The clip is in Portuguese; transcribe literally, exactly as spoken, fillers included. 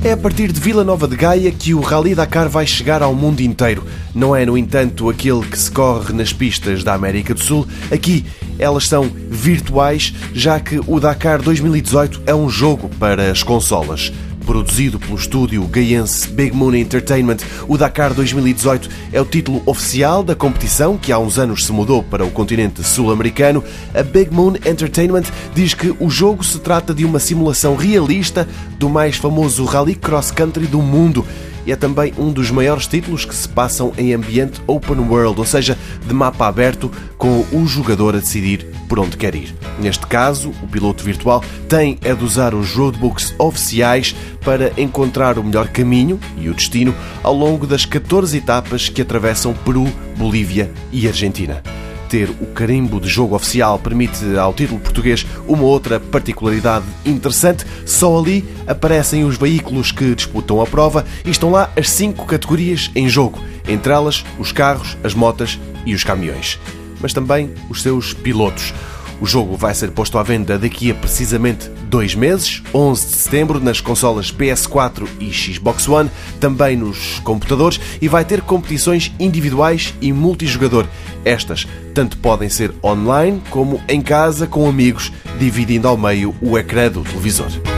É a partir de Vila Nova de Gaia que o Rally Dakar vai chegar ao mundo inteiro. Não é, no entanto, aquele que se corre nas pistas da América do Sul. Aqui elas são virtuais, já que o Dakar dois mil e dezoito é um jogo para as consolas. Produzido pelo estúdio gaiense Big Moon Entertainment, o Dakar dois mil e dezoito é o título oficial da competição, que há uns anos se mudou para o continente sul-americano. A Big Moon Entertainment diz que o jogo se trata de uma simulação realista do mais famoso rally cross-country do mundo. E é também um dos maiores títulos que se passam em ambiente open world, ou seja, de mapa aberto, com o jogador a decidir por onde quer ir. Neste caso, o piloto virtual tem é de usar os roadbooks oficiais para encontrar o melhor caminho e o destino ao longo das catorze etapas que atravessam Peru, Bolívia e Argentina. Ter o carimbo de jogo oficial permite ao título português uma outra particularidade interessante. Só ali aparecem os veículos que disputam a prova e estão lá as cinco categorias em jogo, entre elas os carros, as motas e os caminhões, mas também os seus pilotos. O jogo vai ser posto à venda daqui a precisamente dois meses, onze de setembro, nas consolas P S quatro e Xbox One, também nos computadores, e vai ter competições individuais e multijogador. Estas tanto podem ser online como em casa com amigos, dividindo ao meio o ecrã do televisor.